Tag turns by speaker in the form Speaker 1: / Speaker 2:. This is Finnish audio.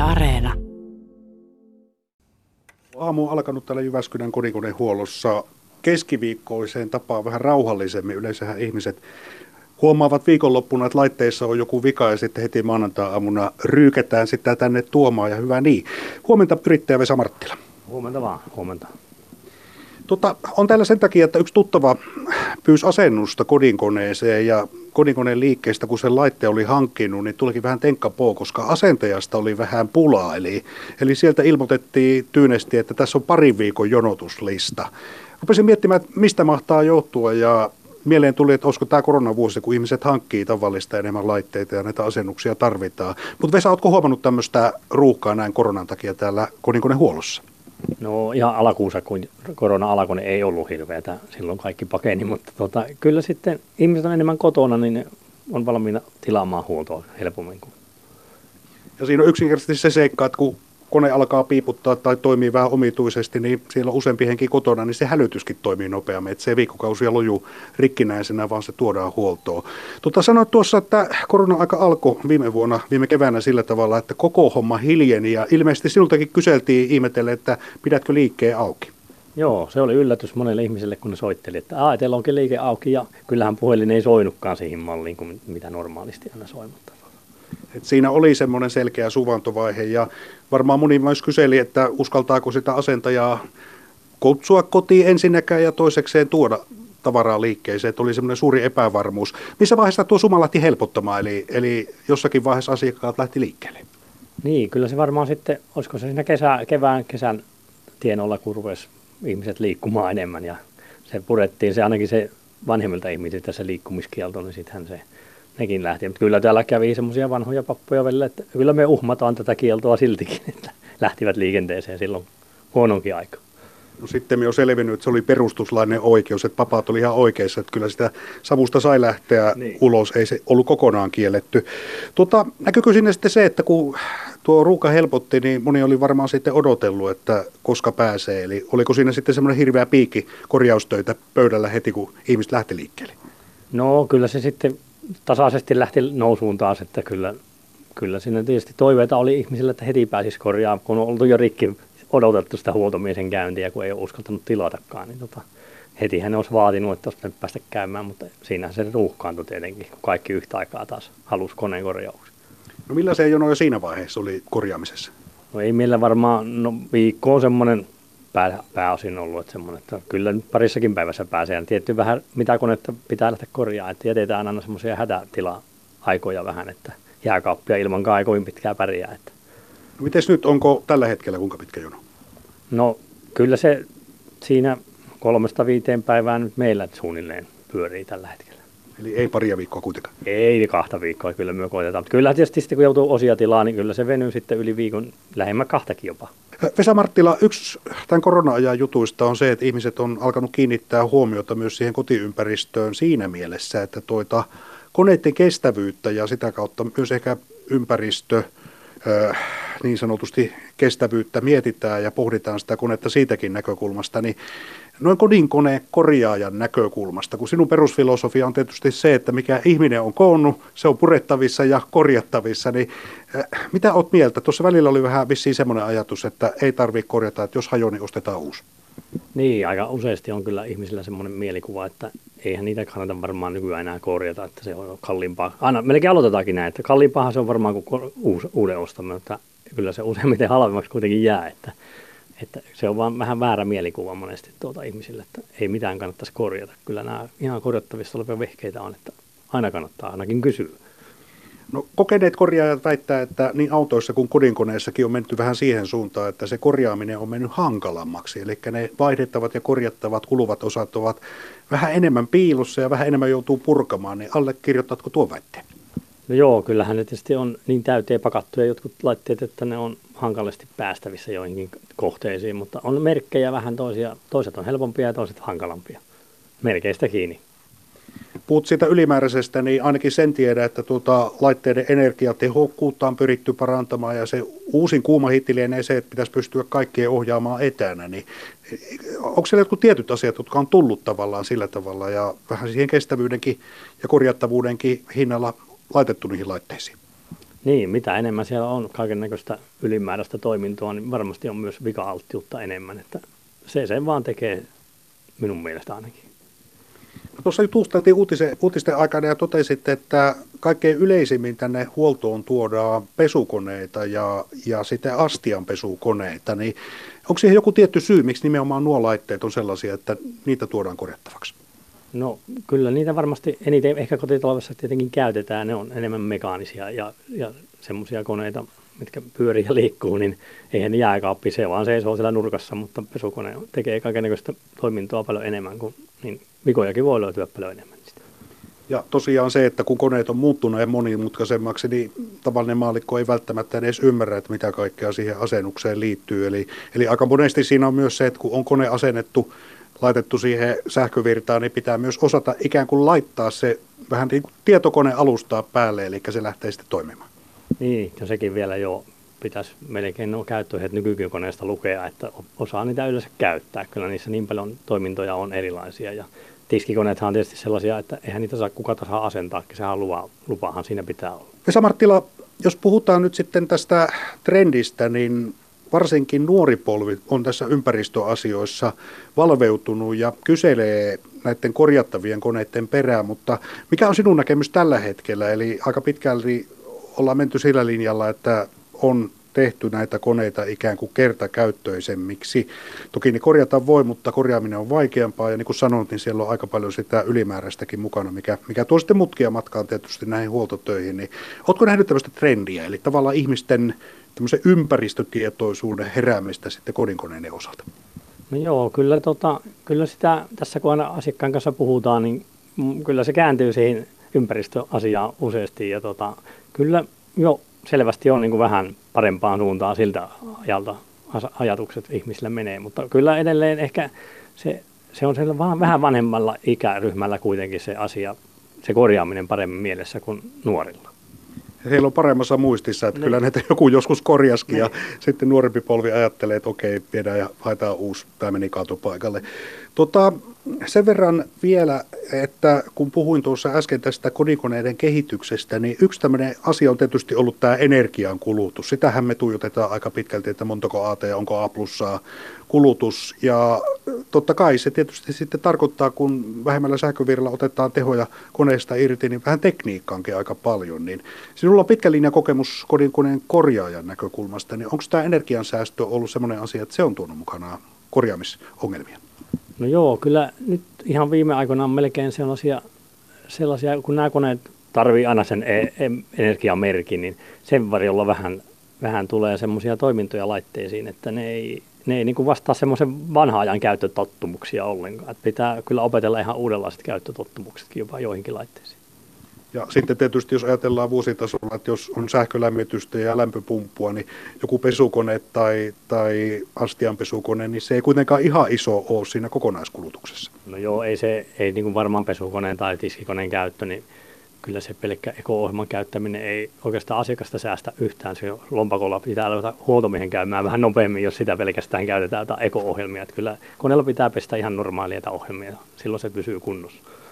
Speaker 1: Areena.
Speaker 2: Aamu on alkanut täällä Jyväskylän kodinkonehuollossa keskiviikkoiseen tapaan vähän rauhallisemmin. Yleensähän ihmiset huomaavat viikonloppuna, että laitteissa on joku vika ja sitten heti maanantai-aamuna ryykätään sitä tänne tuomaan ja hyvä niin. Huomenta yrittäjä Vesa Marttila.
Speaker 3: Huomenta vaan, huomenta.
Speaker 2: On täällä sen takia, että yksi tuttava pyysi asennusta kodinkoneeseen ja kodinkoneen liikkeestä, kun sen laitteen oli hankkinut, niin tulikin vähän tenkkapoo, koska asentajasta oli vähän pulaa. Eli sieltä ilmoitettiin tyynesti, että tässä on parin viikon jonotuslista. Rupesin miettimään, että mistä mahtaa johtua ja mieleen tuli, että olisiko tämä koronavuosi, kun ihmiset hankkii tavallista enemmän laitteita ja näitä asennuksia tarvitaan. Mutta Vesa, oletko huomannut tämmöistä ruuhkaa näin koronan takia täällä kodinkonehuollossa?
Speaker 3: No ihan alkuunsa, kun korona alkoi, niin ei ollut hirveätä. Silloin kaikki pakeni, mutta kyllä sitten ihmiset on enemmän kotona, niin ne on valmiina tilaamaan huoltoa helpommin.
Speaker 2: Ja siinä on yksinkertaisesti se seikka, että kun kone alkaa piiputtaa tai toimii vähän omituisesti, niin siellä on useampi henki kotona, niin se hälytyskin toimii nopeammin. Että se ei viikkokausia loju rikkinäisenä, vaan se tuodaan huoltoon. Sanoit tuossa, että korona-aika alkoi viime keväänä sillä tavalla, että koko homma hiljeni. Ja ilmeisesti sinultakin kyseltiin ihmetelle, että pidätkö liikkeen auki?
Speaker 3: Joo, se oli yllätys monelle ihmiselle, kun ne soitteli, että teillä onkin liike auki. Ja kyllähän puhelin ei soinutkaan siihen malliin, kuin mitä normaalisti aina soimatta.
Speaker 2: Et siinä oli semmoinen selkeä suvantovaihe ja varmaan moni myös kyseli, että uskaltaako sitä asentajaa kutsua kotiin ensinnäkään ja toisekseen tuoda tavaraa liikkeeseen, että oli semmoinen suuri epävarmuus. Missä vaiheessa tuo suma lähti helpottamaan, eli jossakin vaiheessa asiakkaat lähti liikkeelle?
Speaker 3: Niin, kyllä se varmaan sitten, olisiko se siinä kesän tienoilla, kun rupesi ihmiset liikkumaan enemmän ja se purettiin, se ainakin se vanhemmilta ihmisiltä se liikkumiskielto, niin sittenhän se nekin lähti. Mutta kyllä täällä kävi semmoisia vanhoja pappoja välillä, että kyllä me uhmataan tätä kieltoa siltikin, että lähtivät liikenteeseen silloin huononkin aika.
Speaker 2: No sitten me on selvinnyt, että se oli perustuslainen oikeus, että papat oli ihan oikeassa, että kyllä sitä savusta sai lähteä ulos, ei se ollut kokonaan kielletty. Näkyykö sinne sitten se, että kun tuo ruuhka helpotti, niin moni oli varmaan sitten odotellut, että koska pääsee, eli oliko siinä sitten semmoinen hirveä piikki korjaustöitä pöydällä heti, kun ihmiset lähti liikkeelle?
Speaker 3: No kyllä se sitten tasaisesti lähti nousuun taas, että kyllä siinä tietysti toiveita oli ihmisillä, että heti pääsisi korjaamaan, kun on oltu jo rikki odotettu sitä huoltomiesen käyntiä, kun ei ole uskaltanut tilatakaan, niin heti hän olisi vaatinut, että olisi pitänyt päästä käymään, mutta siinähän se ruuhkaantui tietenkin, kun kaikki yhtä aikaa taas halusi koneen korjauksia.
Speaker 2: No millaisia jonoja siinä vaiheessa oli korjaamisessa?
Speaker 3: No ei meillä varmaan, viikko on semmoinen pääosin ollut, että semmoinen, että kyllä nyt parissakin päivässä pääsee. Ja tietty vähän mitä konetta pitää lähteä korjaamaan, että jätetään aina semmoisia hätätila-aikoja vähän, että jääkaappia ilman kovin pitkää pärjää. Että.
Speaker 2: No mites nyt, onko tällä hetkellä kuinka pitkä jono?
Speaker 3: No kyllä se siinä 3-5 päivää nyt meillä suunnilleen pyörii tällä hetkellä.
Speaker 2: Eli ei paria viikkoa kuitenkaan?
Speaker 3: Ei 2 viikkoa kyllä me koitetaan, mutta kyllä tietysti sitten kun joutuu osia tilaan, niin kyllä se venyy sitten yli viikon, lähemmä 2 jopa.
Speaker 2: Vesa Marttila, yksi tämän korona-ajan jutuista on se, että ihmiset on alkanut kiinnittää huomiota myös siihen kotiympäristöön siinä mielessä, että koneiden kestävyyttä ja sitä kautta myös ehkä ympäristö niin sanotusti kestävyyttä mietitään ja pohditaan sitä konetta siitäkin näkökulmasta, niin noin kodinkoneen korjaajan näkökulmasta, kun sinun perusfilosofia on tietysti se, että mikä ihminen on koonnut, se on purettavissa ja korjattavissa, niin mitä olet mieltä? Tuossa välillä oli vähän vissiin semmoinen ajatus, että ei tarvitse korjata, että jos hajoaa, niin ostetaan uusi.
Speaker 3: Niin, aika useasti on kyllä ihmisillä semmoinen mielikuva, että eihän niitä kannata varmaan nykyään enää korjata, että se on kalliimpaa. Aina melkein aloitetaankin näin, että kalliimpaahan se on varmaan kuin uuden ostaminen, mutta kyllä se useimmiten halvemmaksi kuitenkin jää, että se on vaan vähän väärä mielikuva monesti ihmisille, että ei mitään kannattaisi korjata. Kyllä nämä ihan korjattavissa olevia vehkeitä on, että aina kannattaa ainakin kysyä.
Speaker 2: No kokeneet korjaajat väittää, että niin autoissa kuin kodinkoneessakin on menty vähän siihen suuntaan, että se korjaaminen on mennyt hankalammaksi. Eli ne vaihdettavat ja korjattavat kuluvat osat ovat vähän enemmän piilossa ja vähän enemmän joutuu purkamaan, niin allekirjoitatko tuon väitteen?
Speaker 3: No joo, kyllähän ne tietysti on niin täyteen pakattuja jotkut laitteet, että ne on hankalasti päästävissä joihinkin kohteisiin, mutta on merkkejä vähän toiset on helpompia ja toiset hankalampia. Merkeistä kiinni.
Speaker 2: Puhut siitä ylimääräisestä, niin ainakin sen tiedä, että laitteiden energiatehokkuutta on pyritty parantamaan ja se uusin kuuma hitti lienee se, että pitäisi pystyä kaikkien ohjaamaan etänä. Niin onko siellä jotkut tietyt asiat, jotka on tullut tavallaan sillä tavalla ja vähän siihen kestävyydenkin ja korjattavuudenkin hinnalla laitettu niihin laitteisiin?
Speaker 3: Niin, mitä enemmän siellä on kaikennäköistä ylimääräistä toimintoa, niin varmasti on myös vika-alttiutta enemmän, että se vaan tekee minun mielestä ainakin.
Speaker 2: No, tuossa jutusteltiin uutisten aikana ja totesitte, että kaikkein yleisimmin tänne huoltoon tuodaan pesukoneita ja sitten astianpesukoneita, niin onko siihen joku tietty syy, miksi nimenomaan nuo laitteet on sellaisia, että niitä tuodaan korjattavaksi?
Speaker 3: No kyllä niitä varmasti eniten ehkä kotitaloudessa tietenkin käytetään, ne on enemmän mekaanisia ja semmoisia koneita, mitkä pyörii ja liikkuu, niin eihän ne jääkaappi, se vaan seisoo siellä nurkassa, mutta pesukone tekee kaikennäköistä toimintoa paljon enemmän, niin vikojakin voi löytyä paljon enemmän.
Speaker 2: Ja tosiaan se, että kun koneet on muuttuneet monimutkaisemmaksi, niin tavallinen maallikko ei välttämättä edes ymmärrä, että mitä kaikkea siihen asennukseen liittyy. Eli aika monesti siinä on myös se, että kun on kone asennettu, laitettu siihen sähkövirtaan, niin pitää myös osata ikään kuin laittaa se vähän niin kuin tietokone alustaa päälle, eli se lähtee sitten toimimaan.
Speaker 3: Niin, ja sekin vielä jo pitäisi melkein nuo käyttöihet nykykoneesta lukea, että osaa niitä yleensä käyttää. Kyllä niissä niin paljon toimintoja on erilaisia ja tiskikoneethan on tietysti sellaisia, että eihän niitä saa kuka tahansa asentaa, sehän lupahan siinä pitää olla.
Speaker 2: Vesa Marttila, jos puhutaan nyt sitten tästä trendistä, niin varsinkin nuori polvi on tässä ympäristöasioissa valveutunut ja kyselee näiden korjattavien koneiden perään, mutta mikä on sinun näkemys tällä hetkellä? Eli aika pitkälti ollaan menty sillä linjalla, että on tehty näitä koneita ikään kuin kertakäyttöisemmiksi. Toki ne korjata voi, mutta korjaaminen on vaikeampaa ja niin kuin sanoit, niin siellä on aika paljon sitä ylimääräistäkin mukana, mikä tuo sitten mutkia matkaan tietysti näihin huoltotöihin. Niin, ootko nähnyt tämmöistä trendiä, eli tavallaan ihmisten tämmöisen ympäristötietoisuuden heräämistä sitten kodinkoneiden osalta?
Speaker 3: No joo, kyllä sitä tässä kun aina asiakkaan kanssa puhutaan, niin kyllä se kääntyy siihen ympäristöasiaan useasti ja kyllä jo selvästi on niin kuin vähän parempaan suuntaan siltä ajalta ajatukset ihmisillä menee, mutta kyllä edelleen ehkä se on siellä vähän vanhemmalla ikäryhmällä kuitenkin se asia, se korjaaminen paremmin mielessä kuin nuorilla.
Speaker 2: Heillä on paremmassa muistissa, että kyllä näitä joku joskus korjaskin ja sitten nuorempi polvi ajattelee, että okei, viedään ja haetaan uusi, tämä meni kaatopaikalle. Sen verran vielä, että kun puhuin tuossa äsken tästä kodinkoneiden kehityksestä, niin yksi tämmöinen asia on tietysti ollut tämä energiankulutus. Sitähän me tuijotetaan aika pitkälti, että montako AT ja onko A+ kulutus. Ja totta kai se tietysti sitten tarkoittaa, kun vähemmällä sähkövirralla otetaan tehoja koneesta irti, niin vähän tekniikkaankin aika paljon. Niin sinulla on pitkä linja kokemus kodinkoneen korjaajan näkökulmasta, niin onko tämä energiansäästö ollut semmoinen asia, että se on tuonut mukanaan korjaamisongelmia?
Speaker 3: No joo, kyllä nyt ihan viime aikoina on melkein sellaisia kun nämä koneet tarvii aina sen energiamerkin, niin sen varjolla vähän tulee semmoisia toimintoja laitteisiin, että ne ei niin kuin vastaa semmoisen vanhan ajan käyttötottumuksia ollenkaan. Että pitää kyllä opetella ihan uudenlaiset käyttötottumuksetkin jopa joihinkin laitteisiin. Ja
Speaker 2: sitten tietysti jos ajatellaan vuositasolla, että jos on sähkölämmitystä ja lämpöpumppua, niin joku pesukone tai astianpesukone, niin se ei kuitenkaan ihan iso ole siinä kokonaiskulutuksessa.
Speaker 3: No joo, ei niin kuin varmaan pesukoneen tai tiskikoneen käyttö, niin kyllä se pelkkä Eko-ohjelman käyttäminen ei oikeastaan asiakasta säästä yhtään. Se lompakolla pitää aloittaa huoltomiehen käymään vähän nopeammin, jos sitä pelkästään käytetään tai Eko-ohjelmia. Että kyllä koneella pitää pestä ihan normaalia ohjelmia, silloin se pysyy kunnossa.